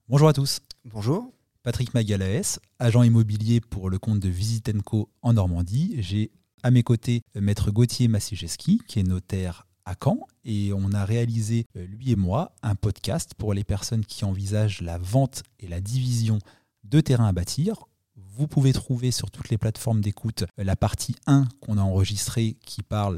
Bonjour à tous, Bonjour. Patrick Magalaès, agent immobilier pour le compte de Visit & Co en Normandie. J'ai à mes côtés maître Gauthier Massijeski, qui est notaire à Caen, et on a réalisé, lui et moi, un podcast pour les personnes qui envisagent la vente et la division de terrains à bâtir. Vous pouvez trouver sur toutes les plateformes d'écoute la partie 1 qu'on a enregistrée qui parle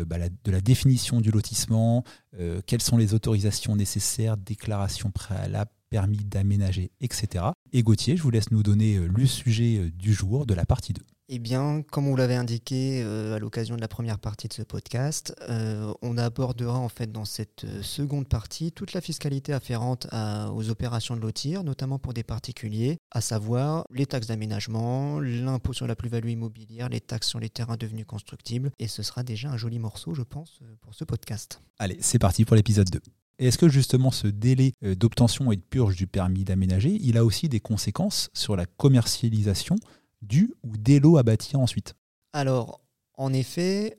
de la définition du lotissement, quelles sont les autorisations nécessaires, déclaration préalable, permis d'aménager, etc. Et Gauthier, je vous laisse nous donner le sujet du jour de la partie 2. Eh bien, comme on l'avait indiqué à l'occasion de la première partie de ce podcast, on abordera en fait dans cette seconde partie toute la fiscalité afférente aux opérations de lotir, notamment pour des particuliers, à savoir les taxes d'aménagement, l'impôt sur la plus-value immobilière, les taxes sur les terrains devenus constructibles. Et ce sera déjà un joli morceau, je pense, pour ce podcast. Allez, c'est parti pour l'épisode 2. Et est-ce que justement ce délai d'obtention et de purge du permis d'aménager, il a aussi des conséquences sur la commercialisation du ou des lots à bâtir ensuite ? Alors, en effet,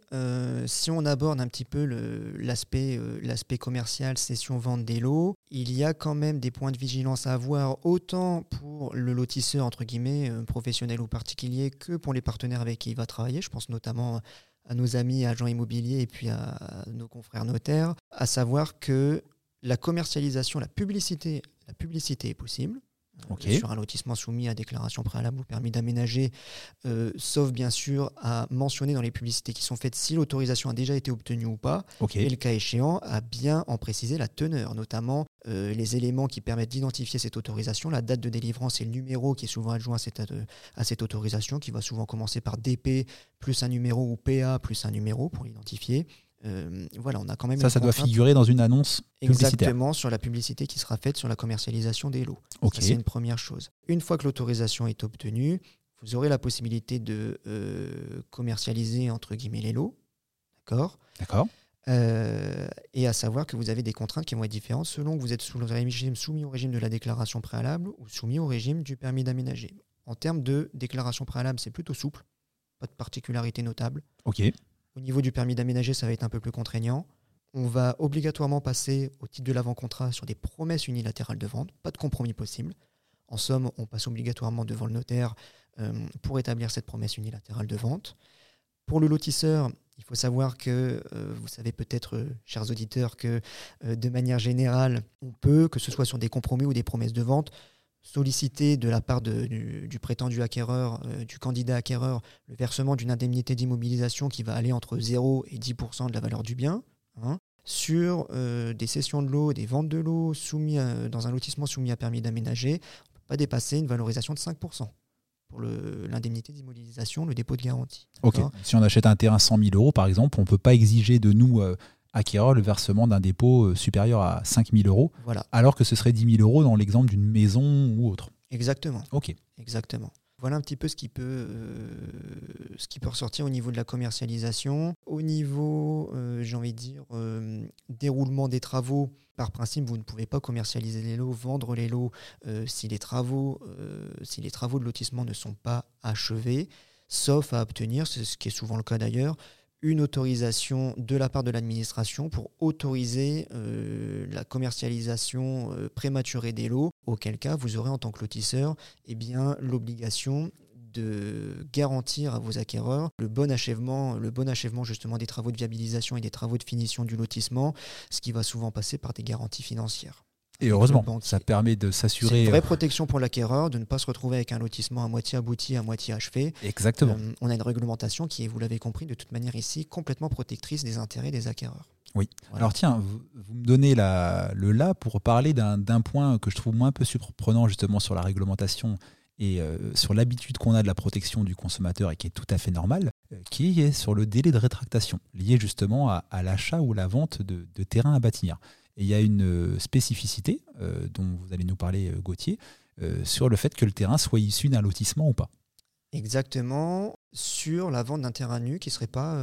si on aborde un petit peu l'aspect commercial, cession-vente des lots, il y a quand même des points de vigilance à avoir, autant pour le lotisseur, entre guillemets, professionnel ou particulier, que pour les partenaires avec qui il va travailler. Je pense notamment à nos amis agents immobiliers et puis à nos confrères notaires, à savoir que la commercialisation, la publicité est possible. Okay. Sur un lotissement soumis à déclaration préalable ou permis d'aménager, sauf bien sûr à mentionner dans les publicités qui sont faites si l'autorisation a déjà été obtenue ou pas, Okay. Et le cas échéant, à bien en préciser la teneur, notamment les éléments qui permettent d'identifier cette autorisation, la date de délivrance et le numéro qui est souvent adjoint à cette autorisation, qui va souvent commencer par DP plus un numéro ou PA plus un numéro pour l'identifier. Voilà, on a quand même ça doit figurer dans une annonce publicitaire. Exactement, sur la publicité qui sera faite sur la commercialisation des lots. Okay. Ça, c'est une première chose. Une fois que l'autorisation est obtenue, vous aurez la possibilité de commercialiser entre guillemets les lots. D'accord. Et à savoir que vous avez des contraintes qui vont être différentes selon que vous êtes soumis au régime de la déclaration préalable ou soumis au régime du permis d'aménager. En termes de déclaration préalable, c'est plutôt souple, pas de particularité notable. Okay. Au niveau du permis d'aménager, ça va être un peu plus contraignant. On va obligatoirement passer au titre de l'avant-contrat sur des promesses unilatérales de vente, pas de compromis possible. En somme, on passe obligatoirement devant le notaire pour établir cette promesse unilatérale de vente. Pour le lotisseur, il faut savoir que, vous savez peut-être, chers auditeurs, que de manière générale, on peut, que ce soit sur des compromis ou des promesses de vente, solliciter de la part du prétendu acquéreur, du candidat acquéreur, le versement d'une indemnité d'immobilisation qui va aller entre 0 et 10% de la valeur du bien. Sur des cessions de lots, des ventes de lots dans un lotissement soumis à permis d'aménager, on ne peut pas dépasser une valorisation de 5% pour l'indemnité d'immobilisation, le dépôt de garantie. Okay. Si on achète un terrain 100 000 euros, par exemple, on ne peut pas exiger de nous, acquéreurs, le versement d'un dépôt supérieur à 5 000 euros, voilà. Alors que ce serait 10 000 euros dans l'exemple d'une maison ou autre. Exactement. Ok. Exactement. Voilà un petit peu ce qui peut ressortir au niveau de la commercialisation. Au niveau, j'ai envie de dire, déroulement des travaux. Par principe, vous ne pouvez pas commercialiser les lots, vendre les lots si les travaux de lotissement ne sont pas achevés, sauf à obtenir, c'est ce qui est souvent le cas d'ailleurs, une autorisation de la part de l'administration pour autoriser la commercialisation prématurée des lots, auquel cas vous aurez en tant que lotisseur l'obligation de garantir à vos acquéreurs le bon achèvement justement des travaux de viabilisation et des travaux de finition du lotissement, ce qui va souvent passer par des garanties financières. Et heureusement, ça permet de s'assurer... C'est une vraie protection pour l'acquéreur de ne pas se retrouver avec un lotissement à moitié abouti, à moitié achevé. Exactement. On a une réglementation qui est, vous l'avez compris, de toute manière ici, complètement protectrice des intérêts des acquéreurs. Oui. Voilà. Alors tiens, vous me donnez le là pour parler d'un point que je trouve moins un peu surprenant justement sur la réglementation et sur l'habitude qu'on a de la protection du consommateur et qui est tout à fait normale, qui est sur le délai de rétractation, lié justement à l'achat ou la vente de terrains à bâtir. Et il y a une spécificité dont vous allez nous parler, Gauthier, sur le fait que le terrain soit issu d'un lotissement ou pas. Exactement, sur la vente d'un terrain nu qui serait pas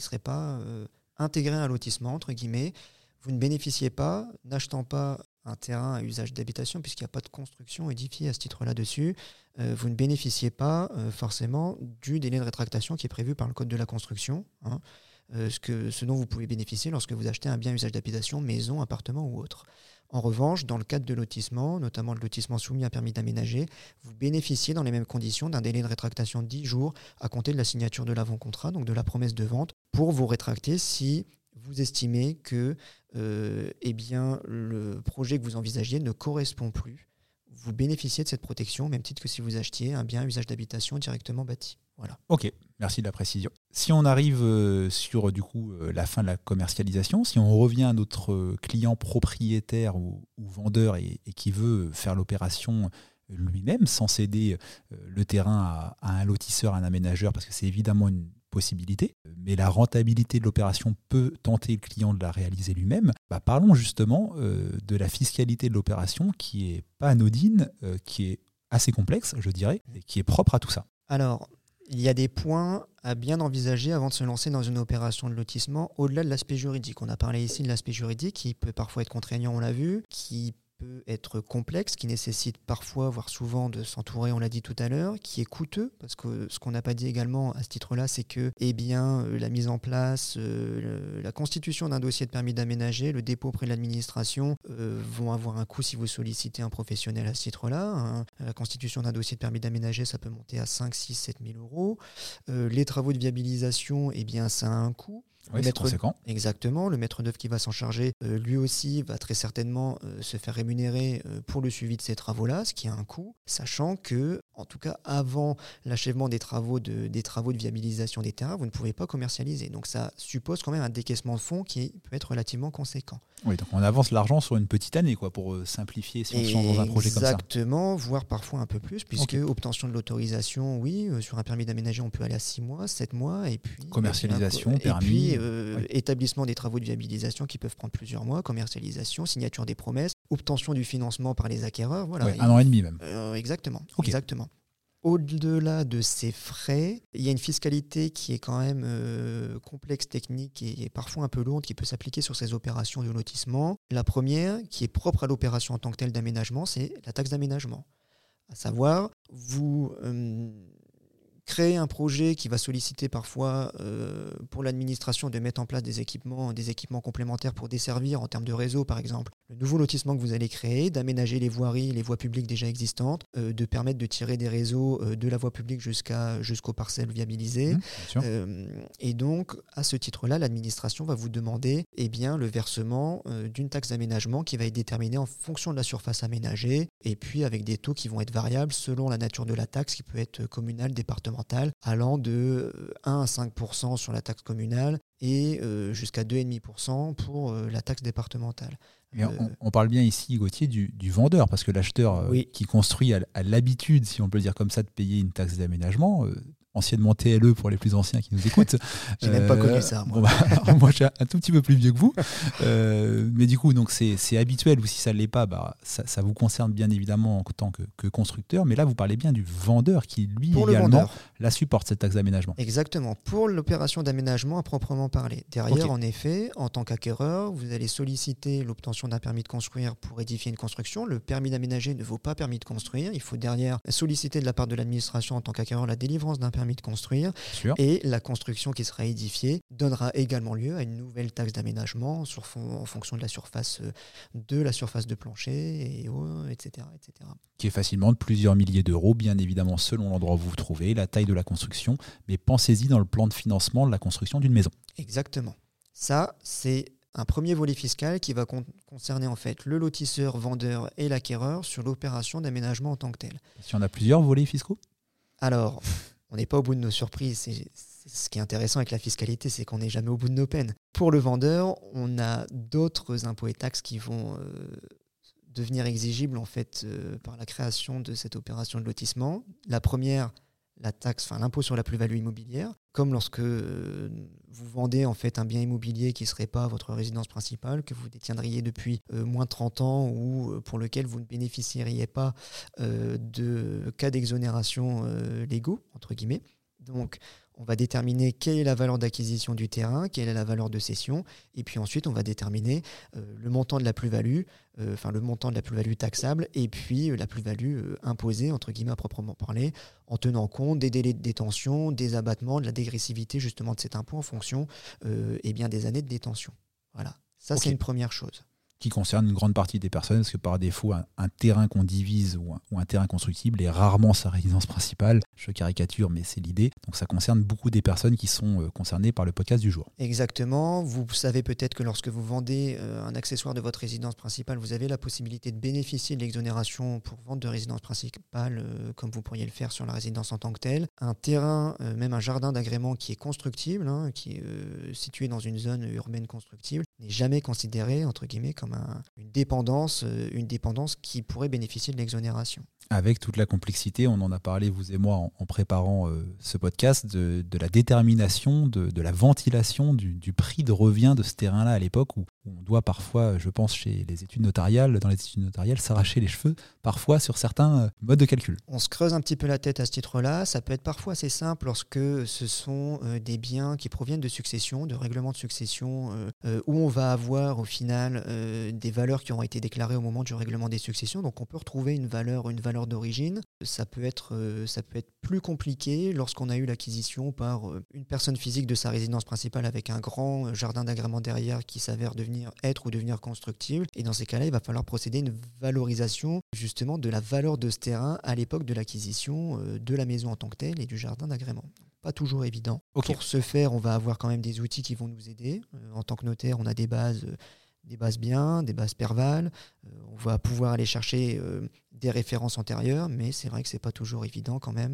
intégré à un lotissement, entre guillemets. Vous ne bénéficiez pas, n'achetant pas un terrain à usage d'habitation, puisqu'il n'y a pas de construction édifiée à ce titre-là dessus, vous ne bénéficiez pas forcément du délai de rétractation qui est prévu par le Code de la construction, ce dont vous pouvez bénéficier lorsque vous achetez un bien à usage d'habitation, maison, appartement ou autre. En revanche, dans le cadre de lotissement, notamment le lotissement soumis à permis d'aménager, vous bénéficiez dans les mêmes conditions d'un délai de rétractation de 10 jours à compter de la signature de l'avant-contrat, donc de la promesse de vente, pour vous rétracter si vous estimez que le projet que vous envisagiez ne correspond plus. Vous bénéficiez de cette protection au même titre que si vous achetiez un bien à usage d'habitation directement bâti. Voilà. Ok, merci de la précision. Si on arrive sur du coup la fin de la commercialisation, si on revient à notre client propriétaire ou vendeur et qui veut faire l'opération lui-même sans céder le terrain à un lotisseur, à un aménageur, parce que c'est évidemment une possibilité, mais la rentabilité de l'opération peut tenter le client de la réaliser lui-même. Parlons justement de la fiscalité de l'opération qui est pas anodine, qui est assez complexe, je dirais, et qui est propre à tout ça. Alors, il y a des points à bien envisager avant de se lancer dans une opération de lotissement, au-delà de l'aspect juridique. On a parlé ici de l'aspect juridique qui peut parfois être contraignant, on l'a vu, qui peut être complexe, qui nécessite parfois, voire souvent, de s'entourer, on l'a dit tout à l'heure, qui est coûteux, parce que ce qu'on n'a pas dit également à ce titre-là, c'est que la mise en place, la constitution d'un dossier de permis d'aménager, le dépôt auprès de l'administration vont avoir un coût si vous sollicitez un professionnel à ce titre-là. La constitution d'un dossier de permis d'aménager, ça peut monter à 5, 6, 7 000 euros. Les travaux de viabilisation, ça a un coût. Oui, c'est conséquent. Exactement. Le maître d'œuvre qui va s'en charger, lui aussi, va très certainement se faire rémunérer pour le suivi de ces travaux-là, ce qui a un coût, sachant que, en tout cas, avant l'achèvement des travaux de viabilisation des terrains, vous ne pouvez pas commercialiser. Donc ça suppose quand même un décaissement de fonds qui peut être relativement conséquent. Oui, donc on avance l'argent sur une petite année, quoi, pour simplifier si on se lance dans un projet comme ça. Exactement, voire parfois un peu plus, puisque obtention de l'autorisation, oui, sur un permis d'aménager, on peut aller à 6 mois, 7 mois, et puis commercialisation, permis. Établissement des travaux de viabilisation qui peuvent prendre plusieurs mois, commercialisation, signature des promesses, obtention du financement par les acquéreurs. Voilà. Ouais, 1 an et demi même. Exactement. Okay. Exactement. Au-delà de ces frais, il y a une fiscalité qui est quand même complexe, technique et parfois un peu lourde qui peut s'appliquer sur ces opérations de lotissement. La première, qui est propre à l'opération en tant que telle d'aménagement, c'est la taxe d'aménagement. À savoir, vous créer un projet qui va solliciter parfois pour l'administration de mettre en place des équipements complémentaires pour desservir en termes de réseau, par exemple, le nouveau lotissement que vous allez créer, d'aménager les voiries, les voies publiques déjà existantes, de permettre de tirer des réseaux de la voie publique jusqu'aux parcelles viabilisées. Et donc, à ce titre-là, l'administration va vous demander le versement d'une taxe d'aménagement qui va être déterminée en fonction de la surface aménagée et puis avec des taux qui vont être variables selon la nature de la taxe qui peut être communale, départementale, allant de 1 à 5% sur la taxe communale et jusqu'à 2,5% pour la taxe départementale. Et on parle bien ici, Gauthier, du vendeur, parce que l'acheteur qui construit a l'habitude, si on peut le dire comme ça, de payer une taxe d'aménagement. Anciennement TLE pour les plus anciens qui nous écoutent. J'ai même pas connu ça, moi. Moi, je suis un tout petit peu plus vieux que vous. Mais du coup, donc c'est habituel, ou si ça ne l'est pas, ça vous concerne bien évidemment en tant que constructeur. Mais là, vous parlez bien du vendeur qui, lui, également, la supporte, cette taxe d'aménagement. Exactement. Pour l'opération d'aménagement à proprement parler. Derrière, en effet, en tant qu'acquéreur, vous allez solliciter l'obtention d'un permis de construire pour édifier une construction. Le permis d'aménager ne vaut pas permis de construire. Il faut derrière solliciter de la part de l'administration en tant qu'acquéreur la délivrance d'un permis de construire. Et la construction qui sera édifiée donnera également lieu à une nouvelle taxe d'aménagement en fonction de la surface de plancher, etc., etc. Qui est facilement de plusieurs milliers d'euros, bien évidemment selon l'endroit où vous vous trouvez, la taille de la construction, mais pensez-y dans le plan de financement de la construction d'une maison. Exactement. Ça, c'est un premier volet fiscal qui va concerner en fait le lotisseur, vendeur et l'acquéreur sur l'opération d'aménagement en tant que telle. Si on a plusieurs volets fiscaux ? Alors, on n'est pas au bout de nos surprises. Ce qui est intéressant avec la fiscalité, c'est qu'on n'est jamais au bout de nos peines. Pour le vendeur, on a d'autres impôts et taxes qui vont devenir exigibles en fait, par la création de cette opération de lotissement. La première, l'impôt sur la plus-value immobilière. Comme lorsque vous vendez en fait un bien immobilier qui ne serait pas votre résidence principale, que vous détiendriez depuis moins de 30 ans ou pour lequel vous ne bénéficieriez pas de cas d'exonération légaux, entre guillemets. Donc, on va déterminer quelle est la valeur d'acquisition du terrain, quelle est la valeur de cession, et puis ensuite, on va déterminer le montant de la plus-value, le montant de la plus-value taxable, et puis la plus-value imposée, entre guillemets, à proprement parler, en tenant compte des délais de détention, des abattements, de la dégressivité justement de cet impôt en fonction des années de détention. Voilà, ça c'est une première chose. qui concerne une grande partie des personnes, parce que par défaut, un terrain qu'on divise ou un terrain constructible est rarement sa résidence principale. Je caricature, mais c'est l'idée. Donc ça concerne beaucoup des personnes qui sont concernées par le podcast du jour. Exactement. Vous savez peut-être que lorsque vous vendez un accessoire de votre résidence principale, vous avez la possibilité de bénéficier de l'exonération pour vente de résidence principale, comme vous pourriez le faire sur la résidence en tant que telle. Un terrain, même un jardin d'agrément qui est constructible, qui est situé dans une zone urbaine constructible, n'est jamais considéré, entre guillemets, comme une dépendance qui pourrait bénéficier de l'exonération. Avec toute la complexité, on en a parlé, vous et moi, en préparant ce podcast, de la détermination, de la ventilation du prix de revient de ce terrain-là à l'époque, où on doit parfois, je pense, chez les études notariales, dans les études notariales, s'arracher les cheveux, parfois sur certains modes de calcul. On se creuse un petit peu la tête à ce titre-là. Ça peut être parfois assez simple lorsque ce sont des biens qui proviennent de succession, de règlements de succession, où on va avoir au final des valeurs qui auront été déclarées au moment du règlement des successions. Donc on peut retrouver une valeur d'origine. Ça peut être plus compliqué lorsqu'on a eu l'acquisition par une personne physique de sa résidence principale avec un grand jardin d'agrément derrière qui s'avère devenir constructible. Et dans ces cas-là, il va falloir procéder à une valorisation justement de la valeur de ce terrain à l'époque de l'acquisition de la maison en tant que telle et du jardin d'agrément. Pas toujours évident. Okay. Pour ce faire, on va avoir quand même des outils qui vont nous aider. En tant que notaire, on a des bases biens, des bases Perval. On va pouvoir aller chercher des références antérieures, mais c'est vrai que c'est pas toujours évident quand même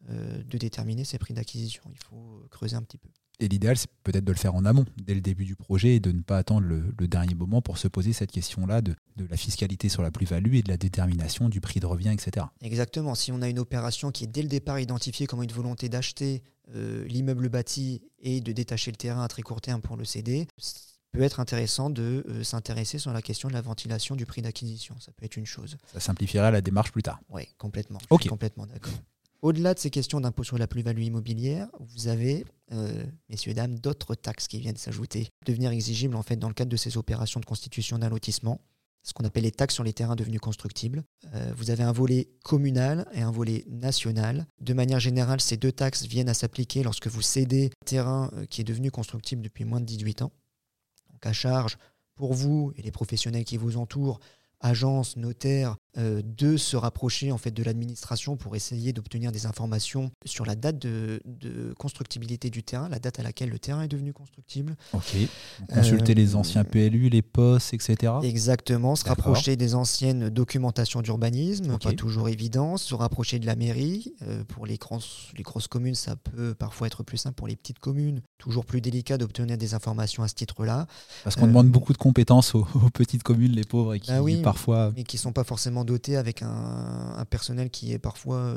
de déterminer ces prix d'acquisition. Il faut creuser un petit peu. Et l'idéal, c'est peut-être de le faire en amont, dès le début du projet, et de ne pas attendre le dernier moment pour se poser cette question-là de la fiscalité sur la plus-value et de la détermination du prix de revient, etc. Exactement. Si on a une opération qui est dès le départ identifiée comme une volonté d'acheter l'immeuble bâti et de détacher le terrain à très court terme pour le céder, peut être intéressant de s'intéresser sur la question de la ventilation du prix d'acquisition. Ça peut être une chose. Ça simplifiera la démarche plus tard. Oui, complètement. Okay. Je suis complètement d'accord. Au-delà de ces questions d'impôt sur la plus-value immobilière, vous avez, messieurs, dames, d'autres taxes qui viennent s'ajouter, devenir exigibles en fait dans le cadre de ces opérations de constitution d'un lotissement, ce qu'on appelle les taxes sur les terrains devenus constructibles. Vous avez un volet communal et un volet national. De manière générale, ces deux taxes viennent à s'appliquer lorsque vous cédez un terrain qui est devenu constructible depuis moins de 18 ans. Donc à charge pour vous et les professionnels qui vous entourent, agences, notaires, de se rapprocher en fait de l'administration pour essayer d'obtenir des informations sur la date de constructibilité du terrain, la date à laquelle le terrain est devenu constructible. Ok. Consulter les anciens PLU, les POS, etc. Exactement. Se rapprocher des anciennes documentations d'urbanisme, Okay. pas toujours évident. Se rapprocher de la mairie. Pour les grosses communes, ça peut parfois être plus simple. Pour les petites communes, toujours plus délicat d'obtenir des informations à ce titre-là. Parce qu'on demande beaucoup de compétences aux petites communes, les pauvres, et qui parfois... Mais qui ne sont pas forcément dotés avec un personnel qui est parfois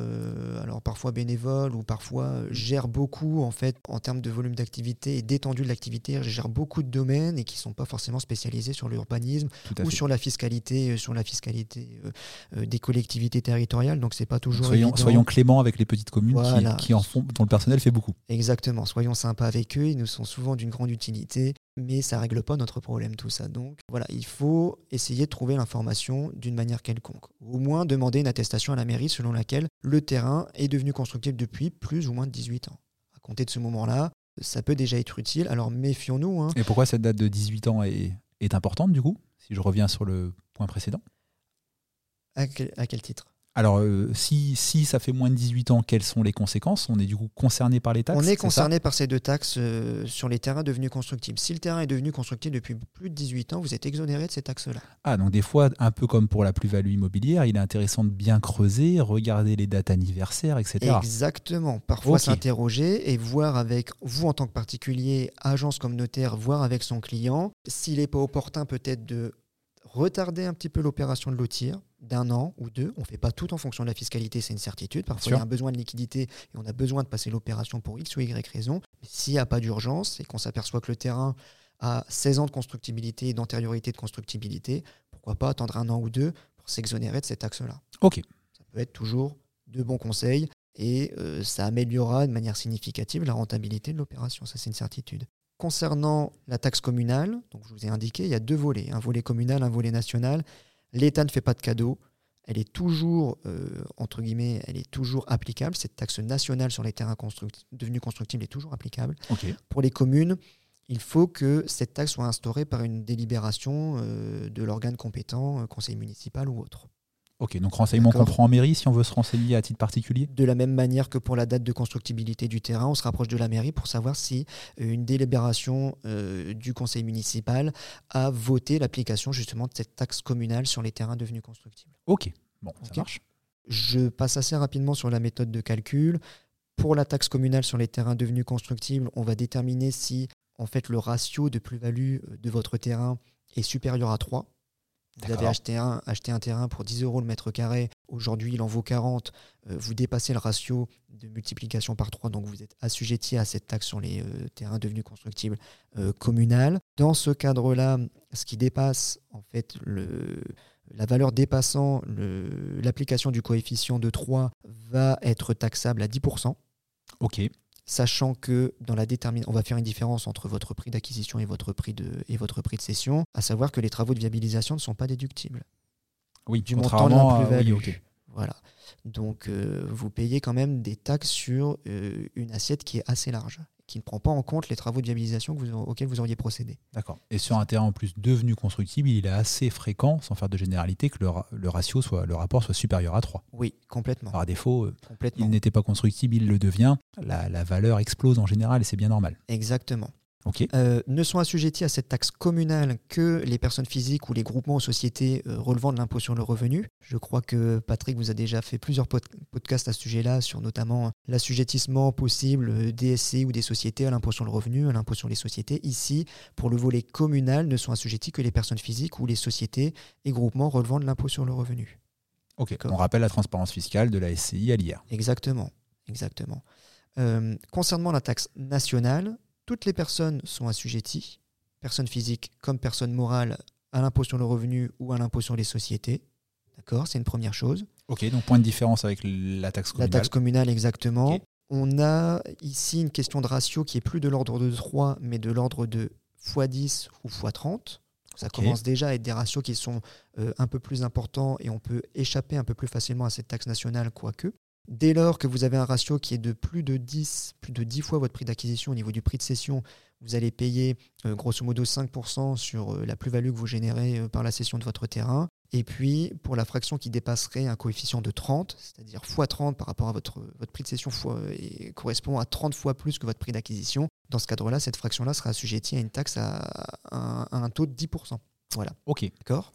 bénévole ou parfois gère beaucoup en fait en termes de volume d'activité et d'étendue de l'activité, gère beaucoup de domaines et qui ne sont pas forcément spécialisés sur l'urbanisme ou sur la fiscalité, des collectivités territoriales. Donc c'est pas toujours évident. Soyons cléments avec les petites communes, voilà, qui en font, dont le personnel fait beaucoup. Exactement. Soyons sympas avec eux. Ils nous sont souvent d'une grande utilité. Mais ça ne règle pas notre problème, tout ça. Donc voilà, il faut essayer de trouver l'information d'une manière quelconque. Au moins demander une attestation à la mairie selon laquelle le terrain est devenu constructible depuis plus ou moins de 18 ans. À compter de ce moment-là, ça peut déjà être utile. Alors méfions-nous. Et pourquoi cette date de 18 ans est importante du coup, si je reviens sur le point précédent ? À quel titre ? Alors, si ça fait moins de 18 ans, quelles sont les conséquences ? On est du coup concerné par les taxes ? On est concerné par ces deux taxes sur les terrains devenus constructibles. Si le terrain est devenu constructible depuis plus de 18 ans, vous êtes exonéré de ces taxes-là. Ah, donc des fois, un peu comme pour la plus-value immobilière, il est intéressant de bien creuser, regarder les dates anniversaires, etc. Exactement. Parfois s'interroger et voir avec vous en tant que particulier, agence comme notaire, voir avec son client s'il n'est pas opportun peut-être de retarder un petit peu l'opération de lotir d'1 an ou 2. On ne fait pas tout en fonction de la fiscalité, c'est une certitude. Parfois, il y a un besoin de liquidité et on a besoin de passer l'opération pour X ou Y raison. Mais s'il n'y a pas d'urgence et qu'on s'aperçoit que le terrain a 16 ans de constructibilité et d'antériorité de constructibilité, pourquoi pas attendre 1 an ou 2 pour s'exonérer de cet axe-là. Ok. Ça peut être toujours de bons conseils et ça améliorera de manière significative la rentabilité de l'opération. Ça, c'est une certitude. Concernant la taxe communale, donc je vous ai indiqué, il y a 2 volets, un volet communal, un volet national. L'État ne fait pas de cadeau. Elle est toujours, entre guillemets, elle est toujours applicable. Cette taxe nationale sur les terrains devenus constructibles est toujours applicable. Okay. Pour les communes, il faut que cette taxe soit instaurée par une délibération de l'organe compétent, conseil municipal ou autre. Ok, donc renseignement qu'on prend en mairie si on veut se renseigner à titre particulier ? De la même manière que pour la date de constructibilité du terrain, on se rapproche de la mairie pour savoir si une délibération du conseil municipal a voté l'application justement de cette taxe communale sur les terrains devenus constructibles. Ok, bon, ça marche. Je passe assez rapidement sur la méthode de calcul. Pour la taxe communale sur les terrains devenus constructibles, on va déterminer si en fait, le ratio de plus-value de votre terrain est supérieur à 3. Vous avez acheté un terrain pour 10 € le mètre carré. Aujourd'hui, il en vaut 40. Vous dépassez le ratio de multiplication par 3. Donc, vous êtes assujetti à cette taxe sur les terrains devenus constructibles communales. Dans ce cadre-là, ce qui dépasse, en fait, la valeur dépassant l'application du coefficient de 3 va être taxable à 10%. Ok. Sachant que dans la détermination, on va faire une différence entre votre prix d'acquisition et votre prix de cession, à savoir que les travaux de viabilisation ne sont pas déductibles. Oui, du montant de la plus-value. Oui, okay. Voilà. Donc, vous payez quand même des taxes sur une assiette qui est assez large, qui ne prend pas en compte les travaux de viabilisation auxquels vous auriez procédé. D'accord. Et sur un terrain en plus devenu constructible, il est assez fréquent, sans faire de généralité, que le rapport soit supérieur à 3. Oui, complètement. Par défaut, il n'était pas constructible, il le devient. La valeur explose en général et c'est bien normal. Exactement. Okay. Ne sont assujettis à cette taxe communale que les personnes physiques ou les groupements ou sociétés relevant de l'impôt sur le revenu. Je crois que Patrick vous a déjà fait plusieurs podcasts à ce sujet-là, sur notamment l'assujettissement possible des SCI ou des sociétés à l'impôt sur le revenu, à l'impôt sur les sociétés. Ici, pour le volet communal, ne sont assujettis que les personnes physiques ou les sociétés et groupements relevant de l'impôt sur le revenu. Ok, on rappelle la transparence fiscale de la SCI à l'IR. Exactement. Concernant la taxe nationale, toutes les personnes sont assujetties, personnes physiques comme personnes morales, à l'impôt sur le revenu ou à l'impôt sur les sociétés. D'accord, c'est une première chose. Ok, donc point de différence avec la taxe communale. La taxe communale, exactement. Okay. On a ici une question de ratio qui est plus de l'ordre de 3, mais de l'ordre de x10 ou x30. Ça commence déjà à être des ratios qui sont un peu plus importants et on peut échapper un peu plus facilement à cette taxe nationale, quoique. Dès lors que vous avez un ratio qui est de plus de 10 fois votre prix d'acquisition au niveau du prix de cession, vous allez payer grosso modo 5% sur la plus-value que vous générez par la cession de votre terrain. Et puis, pour la fraction qui dépasserait un coefficient de 30, c'est-à-dire x30 par rapport à votre prix de cession et correspond à 30 fois plus que votre prix d'acquisition, dans ce cadre-là, cette fraction-là sera assujettie à une taxe à un taux de 10%. Voilà. Ok. D'accord.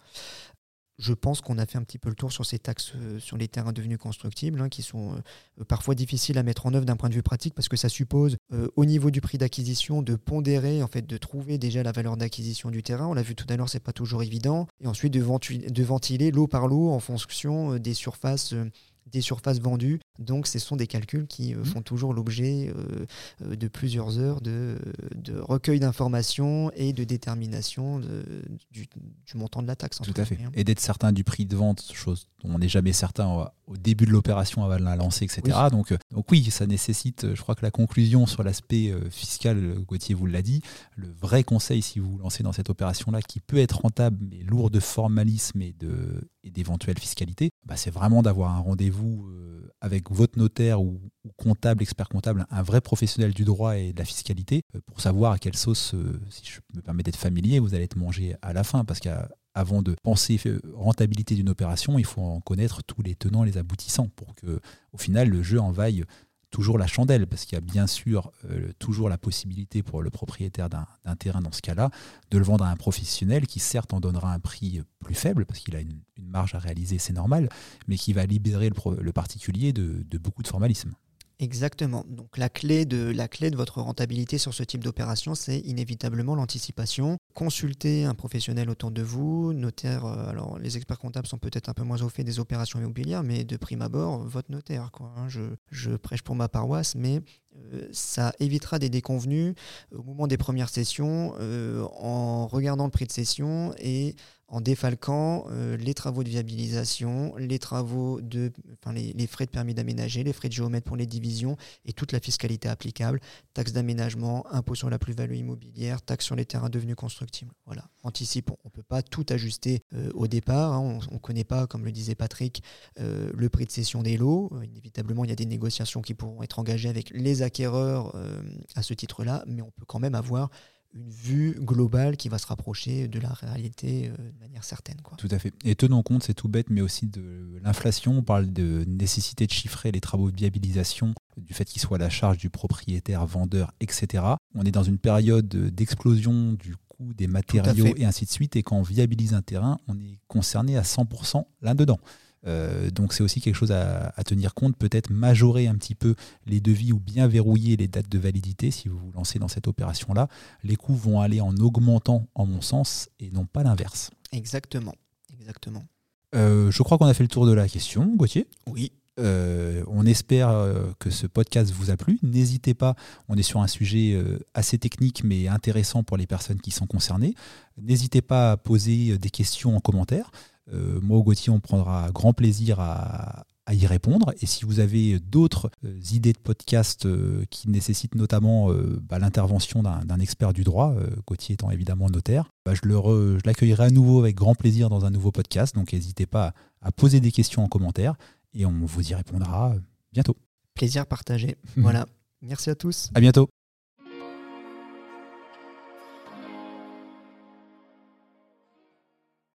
Je pense qu'on a fait un petit peu le tour sur ces taxes sur les terrains devenus constructibles, qui sont parfois difficiles à mettre en œuvre d'un point de vue pratique parce que ça suppose, au niveau du prix d'acquisition, de pondérer, en fait, de trouver déjà la valeur d'acquisition du terrain. On l'a vu tout à l'heure, c'est pas toujours évident. Et ensuite de ventiler lot par lot en fonction des surfaces vendues. Donc, ce sont des calculs qui font toujours l'objet de plusieurs heures de recueil d'informations et de détermination du montant de la taxe. Tout à fait. Et d'être certain du prix de vente, chose dont on n'est jamais certain au début de l'opération avant de la lancer, etc. Oui. Donc oui, ça nécessite, je crois que la conclusion sur l'aspect fiscal, Gauthier vous l'a dit, le vrai conseil si vous vous lancez dans cette opération-là, qui peut être rentable, mais lourd de formalisme et d'éventuelle fiscalité, c'est vraiment d'avoir un rendez-vous avec votre notaire ou comptable, expert comptable, un vrai professionnel du droit et de la fiscalité, pour savoir à quelle sauce, si je me permets d'être familier, vous allez être mangé à la fin, parce qu'avant de penser rentabilité d'une opération, il faut en connaître tous les tenants, les aboutissants, pour que, au final, le jeu en vaille toujours la chandelle, parce qu'il y a bien sûr toujours la possibilité pour le propriétaire d'un terrain dans ce cas-là de le vendre à un professionnel qui certes en donnera un prix plus faible parce qu'il a une marge à réaliser, c'est normal, mais qui va libérer le particulier de beaucoup de formalisme. Exactement. Donc la clé de votre rentabilité sur ce type d'opération, c'est inévitablement l'anticipation. Consultez un professionnel autour de vous, notaire. Alors les experts comptables sont peut-être un peu moins au fait des opérations immobilières, mais de prime abord, votre notaire, quoi. Je prêche pour ma paroisse, mais ça évitera des déconvenues au moment des premières sessions, en regardant le prix de cession et en défalquant les travaux de viabilisation, les frais de permis d'aménager, les frais de géomètre pour les divisions et toute la fiscalité applicable, taxe d'aménagement, impôt sur la plus-value immobilière, taxe sur les terrains devenus constructibles. Voilà, anticipons. On ne peut pas tout ajuster au départ. On ne connaît pas, comme le disait Patrick, le prix de cession des lots. Inévitablement, il y a des négociations qui pourront être engagées avec les acquéreurs à ce titre-là, mais on peut quand même avoir une vue globale qui va se rapprocher de la réalité de manière certaine, quoi. Tout à fait. Et tenons compte, c'est tout bête, mais aussi de l'inflation. On parle de nécessité de chiffrer les travaux de viabilisation, du fait qu'ils soient à la charge du propriétaire, vendeur, etc. On est dans une période d'explosion du coût des matériaux et ainsi de suite. Et quand on viabilise un terrain, on est concerné à 100% là-dedans. Donc c'est aussi quelque chose à tenir compte, peut-être majorer un petit peu les devis ou bien verrouiller les dates de validité si vous vous lancez dans cette opération-là. Les coûts vont aller en augmentant en mon sens et non pas l'inverse. Exactement. Je crois qu'on a fait le tour de la question, Gauthier. Oui. On espère que ce podcast vous a plu. N'hésitez pas, on est sur un sujet assez technique mais intéressant pour les personnes qui sont concernées. N'hésitez pas à poser des questions en commentaire. Moi, Gauthier, on prendra grand plaisir à y répondre. Et si vous avez d'autres idées de podcast qui nécessitent notamment l'intervention d'un expert du droit, Gauthier étant évidemment notaire, je l'accueillerai à nouveau avec grand plaisir dans un nouveau podcast. Donc n'hésitez pas à poser des questions en commentaire et on vous y répondra bientôt. Plaisir partagé. Voilà. Merci à tous. À bientôt.